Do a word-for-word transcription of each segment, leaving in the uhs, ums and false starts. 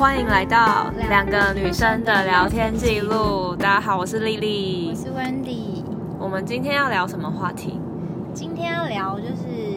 欢迎来到两个女生的聊天记录。大家好，我是丽丽， 我是 Wendy。 我们今天要聊什么话题？ 今天要聊就是，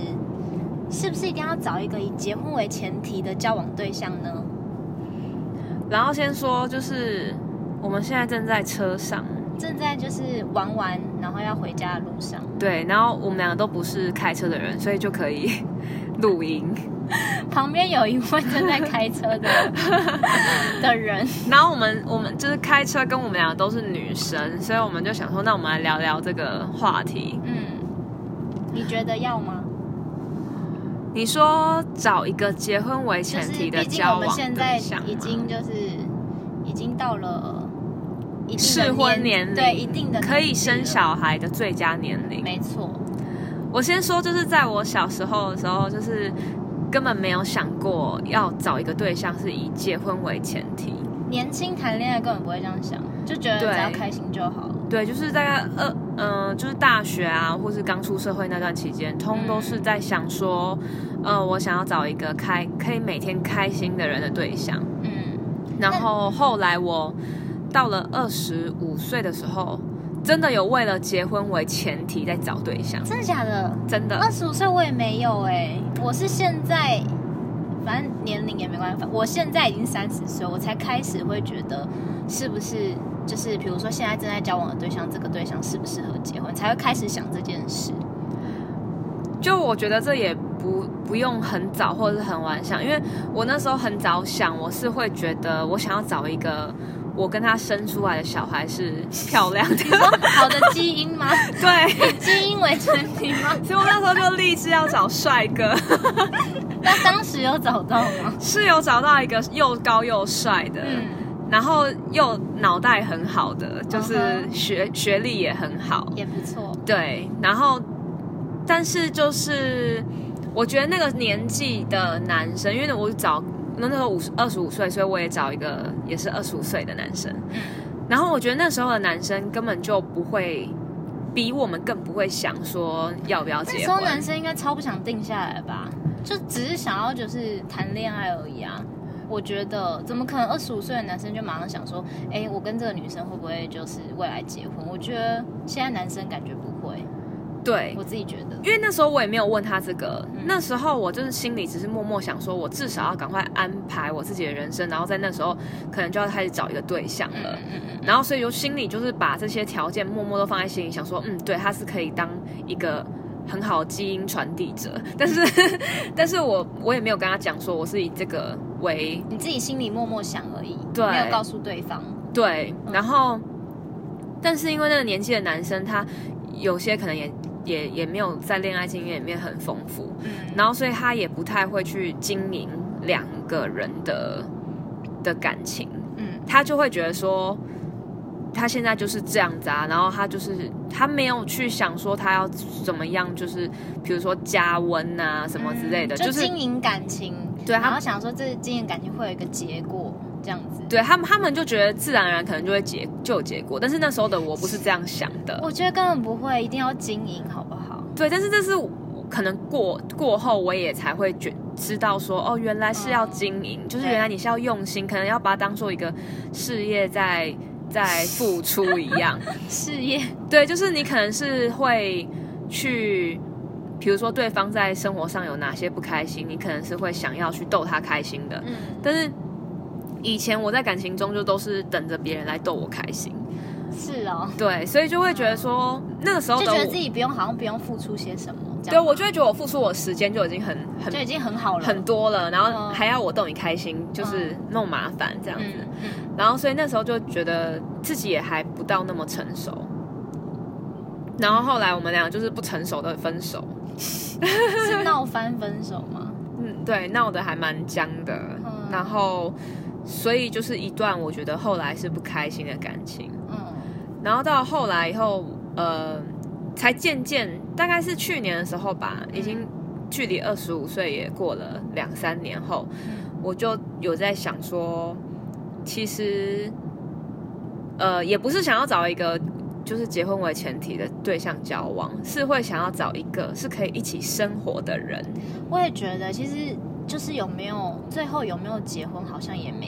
是不是一定要找一个以结婚为前提的交往对象呢？ 然后先说，就是我们现在正在车上， 正在就是玩完，然后要回家的路上。 对，然后我们两个都不是开车的人，所以就可以录音。 旁边有一位正在开车的的人， 然后我们我们就是开车，跟我们两个都是女生，所以我们就想说，那我们来聊聊这个话题。 嗯，你觉得要吗？ 你说找一个结婚为前提的交往对象吗？ 就是毕竟我们现在已经就是已经到了一定的适婚年龄， 对一定的可以生小孩的最佳年龄。 没错。 我先说，就是在我小时候的时候，就是根本没有想过要找一个对象是以结婚为前提。 年轻谈恋爱根本不会这样想，就觉得只要开心就好了。 对，就是大概二嗯、呃，就是大学啊，或是刚出社会那段期间，通都是在想说，嗯、呃，我想要找一个开可以每天开心的人的对象。嗯，然后后来我到了二十五岁的时候，真的有为了结婚为前提在找对象。 真的假的？ 真的。 二十五岁我也没有哎、欸，我是现在，反正年龄也没关系。我现在已经三十岁，我才开始会觉得是不是就是比如说现在正在交往的对象，这个对象适不适合结婚，才会开始想这件事。 就我觉得这也不不用很早或者是很晚想，因为我那时候很早想，我是会觉得我想要找一个我跟他生出来的小孩是漂亮的。 你说好的基因吗？ 对， 以基因为前提吗？ 所以我那时候就立志要找帅哥。 那当时有找到吗？ 是有找到一个又高又帅的，嗯，然后又脑袋很好的，就是学、uh-huh. 学历也很好， 也不错。 对，然后但是就是我觉得那个年纪的男生，因为我找那时候五二十五岁，所以我也找一个也是二十五岁的男生。嗯，然后我觉得那时候的男生根本就不会，比我们更不会想说要不要结婚。 那时候男生应该超不想定下来吧？就只是想要就是谈恋爱而已啊。我觉得怎么可能二十五岁的男生就马上想说，哎，我跟这个女生会不会就是未来结婚？我觉得现在男生感觉不会。 对， 我自己觉得， 因为那时候我也没有问他这个，嗯、那时候我就是心里只是默默想说，我至少要赶快安排我自己的人生，然后在那时候可能就要开始找一个对象了。嗯嗯嗯、然后所以就心里就是把这些条件默默都放在心里，想说，嗯，对，他是可以当一个很好的基因传递者，但是，但是我我也没有跟他讲说我是以这个为， 你自己心里默默想而已， 对， 没有告诉对方。 对，然后，嗯、但是因为那个年纪的男生，他有些可能也。也也没有在恋爱经验里面很丰富，嗯，然后所以他也不太会去经营两个人的的感情，嗯，他就会觉得说他现在就是这样子啊，然后他就是他没有去想说他要怎么样，就是比如说加温啊什么之类的， 嗯、就是经营感情， 对， 然后想说这经营感情会有一个结果。这样子， 对他们，他们就觉得自然而然可能就会结就有结果，但是那时候的我不是这样想的。 我觉得根本不会，一定要经营，好不好？ 对，但是这是可能过过后，我也才会觉知道说，哦，原来是要经营，嗯、就是原来你是要用心，可能要把它当做一个事业在在付出一样。 事业， 对，就是你可能是会去，比如说对方在生活上有哪些不开心，你可能是会想要去逗他开心的，嗯，但是。以前我在感情中就都是等着别人来逗我开心， 是哦， 对，所以就会觉得说那个时候的就觉得自己不用好像不用付出些什么， 对，我就会觉得我付出我时间就已经很很就已经很好了， 很多了，然后还要我逗你开心，嗯、就是那么麻烦这样子，嗯嗯、然后所以那时候就觉得自己也还不到那么成熟，然后后来我们俩就是不成熟的分手， 是闹翻分手吗？ 嗯，对，闹得还蛮僵的，嗯、然后。所以就是一段我觉得后来是不开心的感情，嗯，然后到后来以后，呃，才渐渐大概是去年的时候吧，已经距离二十五岁也过了两三年后，嗯、我就有在想说，其实，呃，也不是想要找一个就是结婚为前提的对象交往，是会想要找一个是可以一起生活的人。 我也觉得，其实。就是有没有最后有没有结婚，好像也没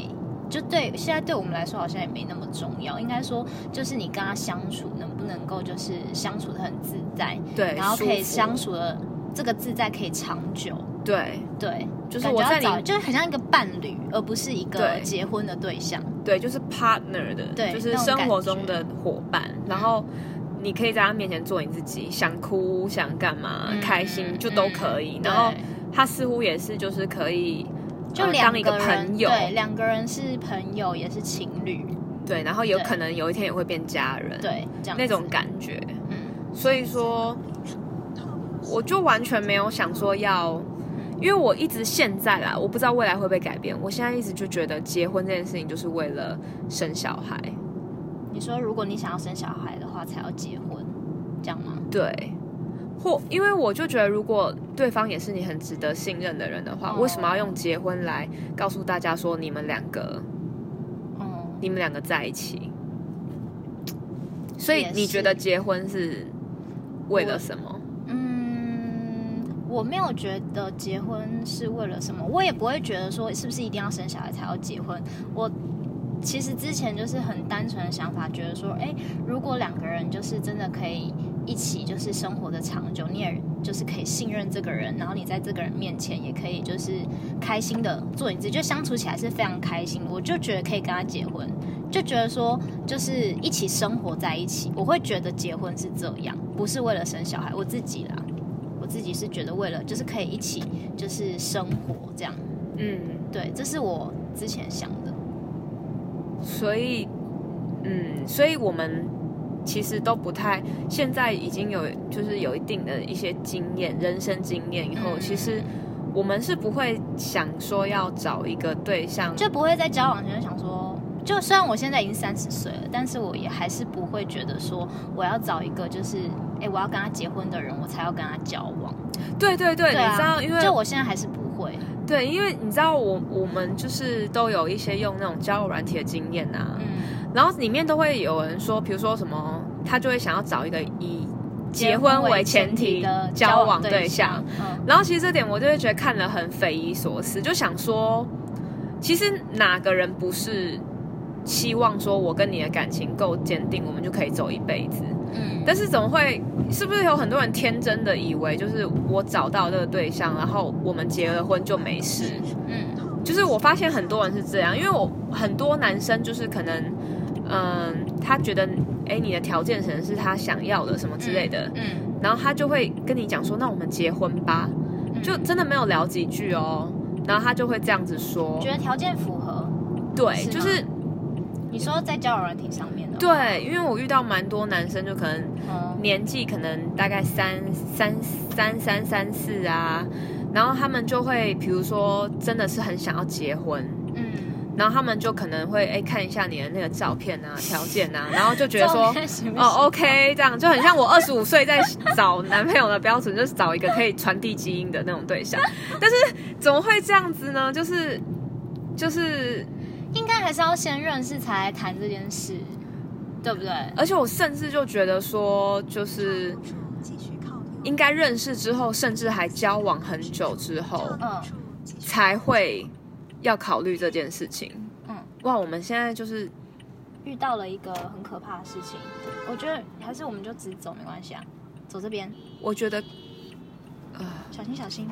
就对现在对我们来说好像也没那么重要，应该说就是你跟他相处能不能够就是相处的很自在， 对， 然后可以相处的这个自在可以长久， 对对， 就是我在你就是很像一个伴侣，而不是一个结婚的对象， 对，就是 partner 的， 对， 就是生活中的伙伴，然后你可以在他面前做你自己，想哭想干嘛、嗯、开心就都可以、嗯、然后他似乎也是就是可以就两个人、呃、当一个朋友， 对，两个人是朋友也是情侣， 对，然后有可能有一天也会变家人， 对，这样那种感觉，嗯，所以说我就完全没有想说要，因为我一直现在啦，我不知道未来会不会改变，我现在一直就觉得结婚这件事情就是为了生小孩。 你说如果你想要生小孩的话才要结婚，这样吗？ 对，或因为我就觉得如果对方也是你很值得信任的人的话、哦、为什么要用结婚来告诉大家说你们两个、哦、你们两个在一起？所以你觉得结婚是为了什么？ 嗯，我没有觉得结婚是为了什么，我也不会觉得说是不是一定要生小孩才要结婚。我其实之前就是很单纯的想法，觉得说，哎，如果两个人就是真的可以一起就是生活的长久，你也就是可以信任这个人，然后你在这个人面前也可以就是开心的做你自己，就相处起来是非常开心的，我就觉得可以跟他结婚，就觉得说就是一起生活在一起，我会觉得结婚是这样，不是为了生小孩。我自己啦，我自己是觉得为了就是可以一起就是生活这样，嗯，对，这是我之前想的。 所以，嗯，所以我们其实都不太，现在已经有就是有一定的一些经验，人生经验以后，嗯、其实我们是不会想说要找一个对象， 就不会在交往前想说，就虽然我现在已经三十岁了，但是我也还是不会觉得说我要找一个就是，哎，我要跟他结婚的人，我才要跟他交往。 对对对，对啊、你知道，因为就我现在还是不会。 对，因为你知道我我们就是都有一些用那种交友软体的经验啊，嗯，然后里面都会有人说，比如说什么，他就会想要找一个以结婚为前提的交往对象，嗯，然后其实这点我就会觉得看了很匪夷所思，就想说，其实哪个人不是希望说我跟你的感情够坚定，我们就可以走一辈子，嗯，但是怎么会？是不是有很多人天真的以为，就是我找到这个对象，然后我们结了婚就没事？嗯，就是我发现很多人是这样，因为我很多男生就是可能，嗯，他觉得，哎，你的条件可能是他想要的什么之类的，嗯，嗯然后他就会跟你讲说，那我们结婚吧，嗯、就真的没有聊几句哦，然后他就会这样子说， 觉得条件符合， 对，是就是你说在交友软体上面的， 对，因为我遇到蛮多男生，就可能。年纪可能大概三三三三三四啊，然后他们就会，比如说真的是很想要结婚，嗯，然后他们就可能会哎看一下你的那个照片啊、条件啊，然后就觉得说哦 OK 这样就很像我二十五岁在找男朋友的标准，就是找一个可以传递基因的那种对象，但是怎么会这样子呢？就是就是应该还是要先认识才来谈这件事。对不对？ 而且我甚至就觉得说，就是应该认识之后，甚至还交往很久之后，嗯，才会要考虑这件事情。嗯，哇，我们现在就是遇到了一个很可怕的事情。我觉得还是我们就直走没关系啊，走这边。 我觉得， 呃，小心小心，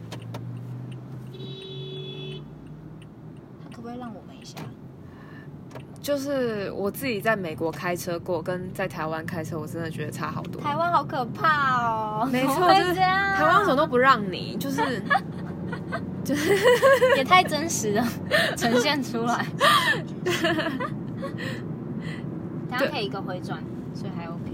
他可不可以让我们一下？ 就是我自己在美国开车过，跟在台湾开车，我真的觉得差好多。 台湾好可怕哦！ 没错，就是台湾什么都不让你，就是就是也太真实了，呈现出来。大家可以一个回转，所以还 OK。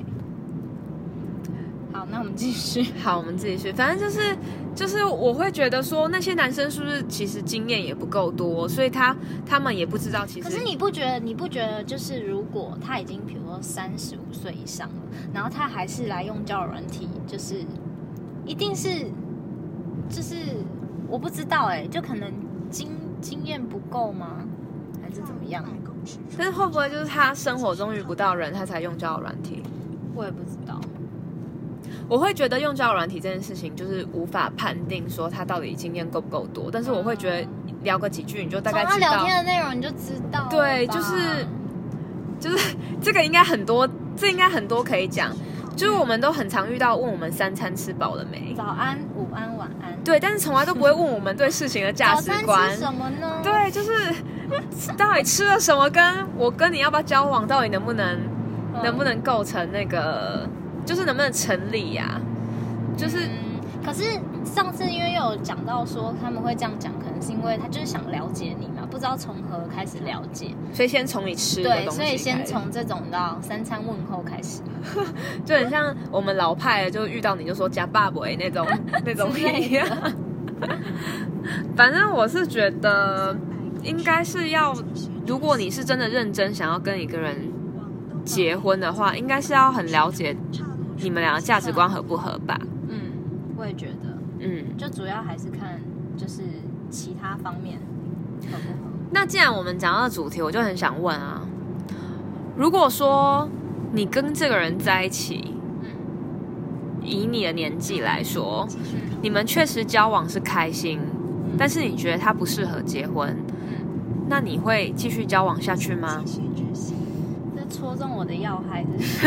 好，那我们继续。 好，我们继续。反正就是就是，我会觉得说，那些男生是不是其实经验也不够多，所以他他们也不知道其实。 可是你不觉得？你不觉得就是如果他已经比如说三十五岁以上了，然后他还是来用交友软体，就是一定是就是我不知道哎、欸，就可能经经验不够吗？还是怎么样？ 但是会不会就是他生活中遇不到人，他才用交友软体？ 我也不知道。 我会觉得用交友软体这件事情，就是无法判定说他到底经验够不够多，但是我会觉得聊个几句，你就大概知道。 从他聊天的内容你就知道了。 对，就是就是这个应该很多，这应该很多可以讲。就是我们都很常遇到问我们三餐吃饱了没， 早安、午安、晚安。 对，但是从来都不会问我们对事情的价值观。 早餐吃什么呢？ 对，就是到底吃了什么，跟我跟你要不要交往，到底能不能、嗯、能不能构成那个，就是能不能成立呀、啊？就是、 嗯，可是上次因为又有讲到说他们会这样讲，可能是因为他就是想了解你嘛，不知道从何开始了解， 所以先从你吃的东西开始。 对，所以先从这种到三餐问候开始， 就很像我们老派的，就遇到你就说加爸爸那种那种一样。反正我是觉得应该是要，如果你是真的认真想要跟一个人结婚的话，应该是要很了解你们俩的价值观合不合吧。 嗯，我也觉得，嗯，就主要还是看就是其他方面合不合。 那既然我们讲到主题，我就很想问啊，如果说你跟这个人在一起，以你的年纪来说，你们确实交往是开心，但是你觉得他不适合结婚，那你会继续交往下去吗？ 这戳中我的要害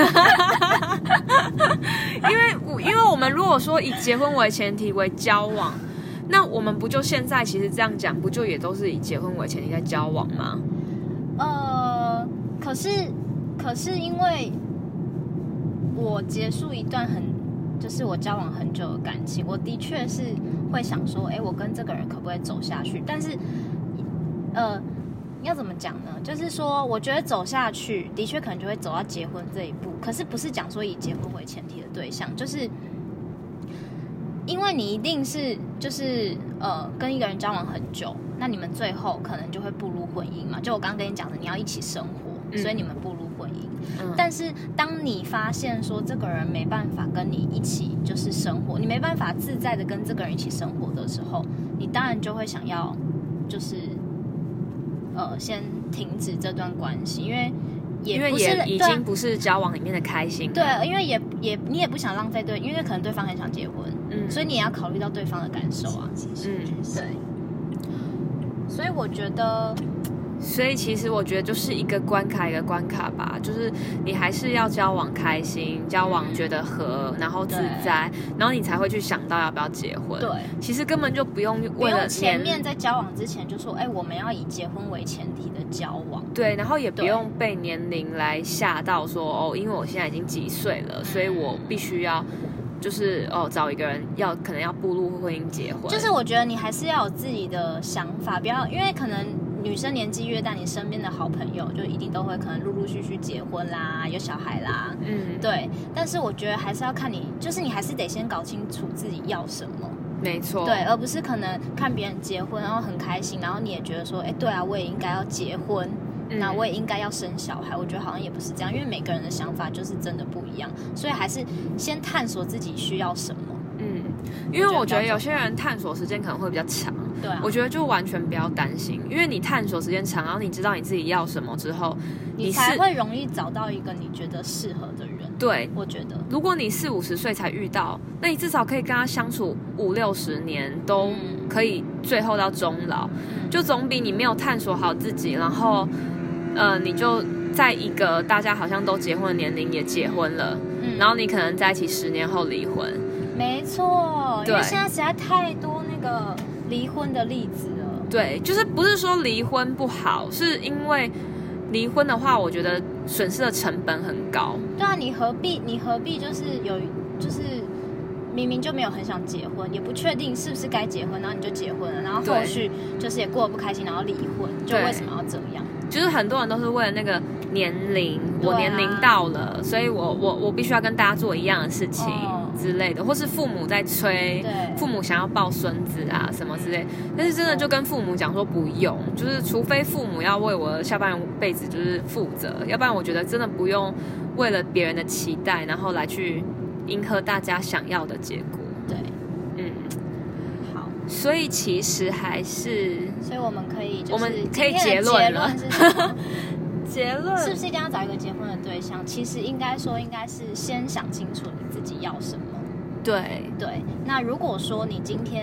因为因为我们如果说以结婚为前提为交往，那我们不就现在其实这样讲，不就也都是以结婚为前提在交往吗？ 呃，可是可是因为我结束一段很就是我交往很久的感情，我的确是会想说，哎，我跟这个人可不可以走下去？但是，呃，要怎么讲呢？就是说，我觉得走下去，的确可能就会走到结婚这一步。可是不是讲说以结婚为前提的对象，就是因为你一定是就是呃跟一个人交往很久，那你们最后可能就会步入婚姻嘛。就我刚刚跟你讲的，你要一起生活，嗯、所以你们步入婚姻。嗯、但是当你发现说这个人没办法跟你一起就是生活，你没办法自在的跟这个人一起生活的时候，你当然就会想要就是呃先停止这段关系，因为也不是因为也已经不是交往里面的开心。 对，因为也也你也不想浪费对，因为可能对方很想结婚，嗯，所以你也要考虑到对方的感受啊，嗯，对。所以我觉得。 所以其实我觉得就是一个关卡一个关卡吧，就是你还是要交往开心，交往觉得合，然后自在，然后你才会去想到要不要结婚。对，其实根本就不用为了前面在交往之前就说，哎，我们要以结婚为前提的交往。 对，然后也不用被年龄来吓到说，哦，因为我现在已经几岁了，所以我必须要。就是哦，找一个人要可能要步入婚姻结婚， 就是我觉得你还是要有自己的想法，不要因为可能女生年纪越大，你身边的好朋友就一定都会可能陆陆续续结婚啦，有小孩啦，嗯，对。但是我觉得还是要看你，就是你还是得先搞清楚自己要什么， 没错， 对，而不是可能看别人结婚然后很开心，然后你也觉得说，哎，对啊，我也应该要结婚。那我也应该要生小孩，我觉得好像也不是这样，因为每个人的想法就是真的不一样，所以还是先探索自己需要什么。嗯， 因为我觉得有些人探索时间可能会比较长，对、啊，我觉得就完全不要担心，因为你探索时间长，然后你知道你自己要什么之后， 你才会容易找到一个你觉得适合的人。 对， 我觉得， 如果你四五十岁才遇到，那你至少可以跟他相处五六十年，都可以最后到终老，嗯、就总比你没有探索好自己，然后。呃，你就在一个大家好像都结婚的年龄也结婚了，嗯、然后你可能在一起十年后离婚。 没错，因为现在实在太多那个离婚的例子了。 对，就是不是说离婚不好，是因为离婚的话，我觉得损失的成本很高。 对啊，你何必你何必就是有就是明明就没有很想结婚，也不确定是不是该结婚，然后你就结婚了，然后后续就是也过得不开心，然后离婚，就为什么要这样？ 就是很多人都是为了那个年龄，我年龄到了，啊、所以我我我必须要跟大家做一样的事情之类的，哦、或是父母在催，父母想要抱孙子啊什么之类，但是真的就跟父母讲说不用，就是除非父母要为我的下半辈子就是负责，要不然我觉得真的不用为了别人的期待，然后来去迎合大家想要的结果。 对，嗯。 所以其实还是， 所以我们可以，就是我们可以结论， 结论是什么？ 结论是不是一定要找一个结婚的对象？其实应该说，应该是先想清楚你自己要什么。 对对。那如果说你今天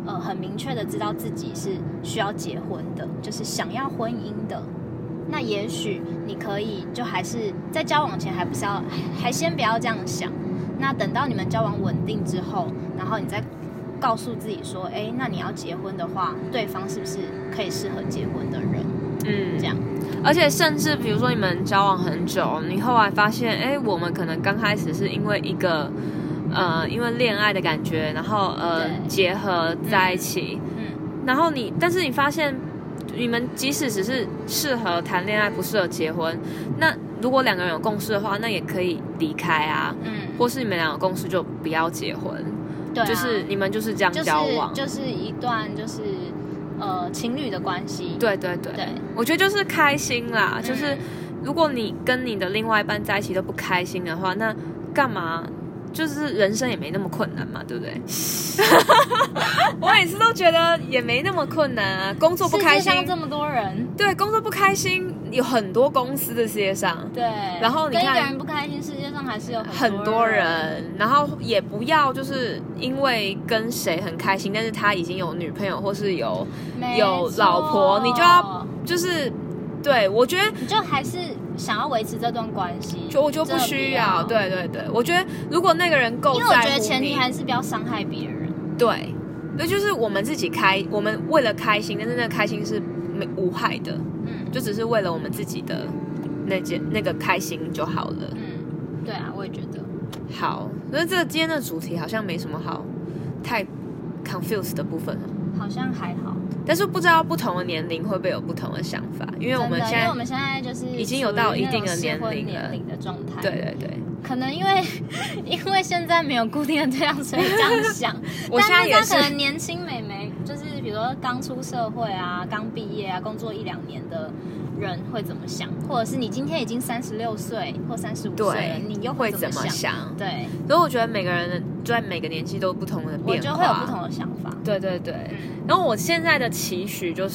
呃很明确的知道自己是需要结婚的，就是想要婚姻的，那也许你可以就还是在交往前还不是要还先不要这样想，那等到你们交往稳定之后，然后你再告诉自己说，哎，那你要结婚的话，对方是不是可以适合结婚的人？嗯，这样。 而且甚至比如说你们交往很久，你后来发现，哎，我们可能刚开始是因为一个呃，因为恋爱的感觉，然后呃结合在一起，嗯，嗯然后你，但是你发现你们即使只是适合谈恋爱，不适合结婚，那如果两个人有共识的话，那也可以离开啊，嗯，或是你们两个共识就不要结婚，对、啊，就是你们就是这样交往， 就是、就是一段就是呃情侣的关系， 对对对，对我觉得就是开心啦，嗯、就是如果你跟你的另外一半在一起都不开心的话，那干嘛？就是人生也没那么困难嘛，对不对？我每次都觉得也没那么困难啊，工作不开心， 世界上这么多人， 对，工作不开心有很多公司的世界上， 对， 然后你看跟一个人不开心，世界上还是有很多人，很多人然后也不要就是因为跟谁很开心，但是他已经有女朋友或是有有老婆，你就要就是对我觉得你就还是。想要维持这段关系， 就我就不需要。对对对，我觉得如果那个人够在乎你，因为我觉得前提还是不要伤害别人。 对，那就是我们自己开，我们为了开心，但是那个开心是没无害的，嗯，就只是为了我们自己的那件那个开心就好了。 嗯，对啊，我也觉得。 好，所以这个今天的主题好像没什么好太 confused 的部分， 好像还好。 但是不知道不同的年龄会不会有不同的想法，因为我们现在， 因为我们现在就是已经有到一定的年龄了的状态。 对对对， 可能因为因为现在没有固定的对象，所以这样想。 我现在也是。 但是可能年轻美眉，就是比如说刚出社会啊、刚毕业啊、工作一两年的人会怎么想，或者是你今天已经三十六岁或三十五岁了，你又会怎么想？ 对， 所以我觉得每个人在每个年纪都有不同的变化， 我觉得会有不同的想法。 对对对。嗯、然后我现在的期许就是，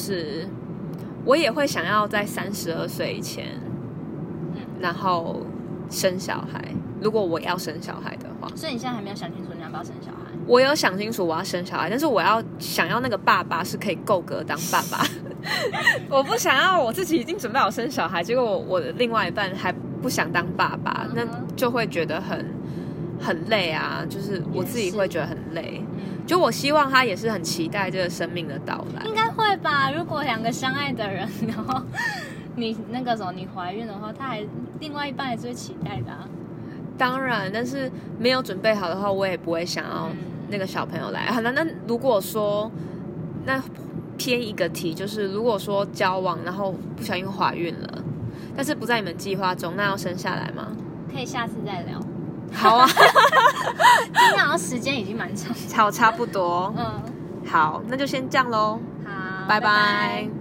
我也会想要在三十二岁以前，嗯，然后生小孩。如果我要生小孩的话， 所以你现在还没有想清楚你要不要生小孩？ 我有想清楚我要生小孩，但是我要想要那个爸爸是可以够格当爸爸。我不想要我自己已经准备好生小孩，结果我我的另外一半还不想当爸爸，嗯、那就会觉得很很累啊，就是我自己会觉得很累。就我希望他也是很期待这个生命的到来， 应该会吧？如果两个相爱的人，然后你那个时候你怀孕的话，他还另外一半也是会期待的啊。 当然，但是没有准备好的话，我也不会想要那个小朋友来。好，那那如果说那偏一个题，就是如果说交往然后不小心怀孕了，但是不在你们计划中，那要生下来吗？ 可以下次再聊。 好啊， 今天好像时间已经蛮长， 好，差不多。嗯，好，那就先这样咯。 好， 拜拜。 拜拜。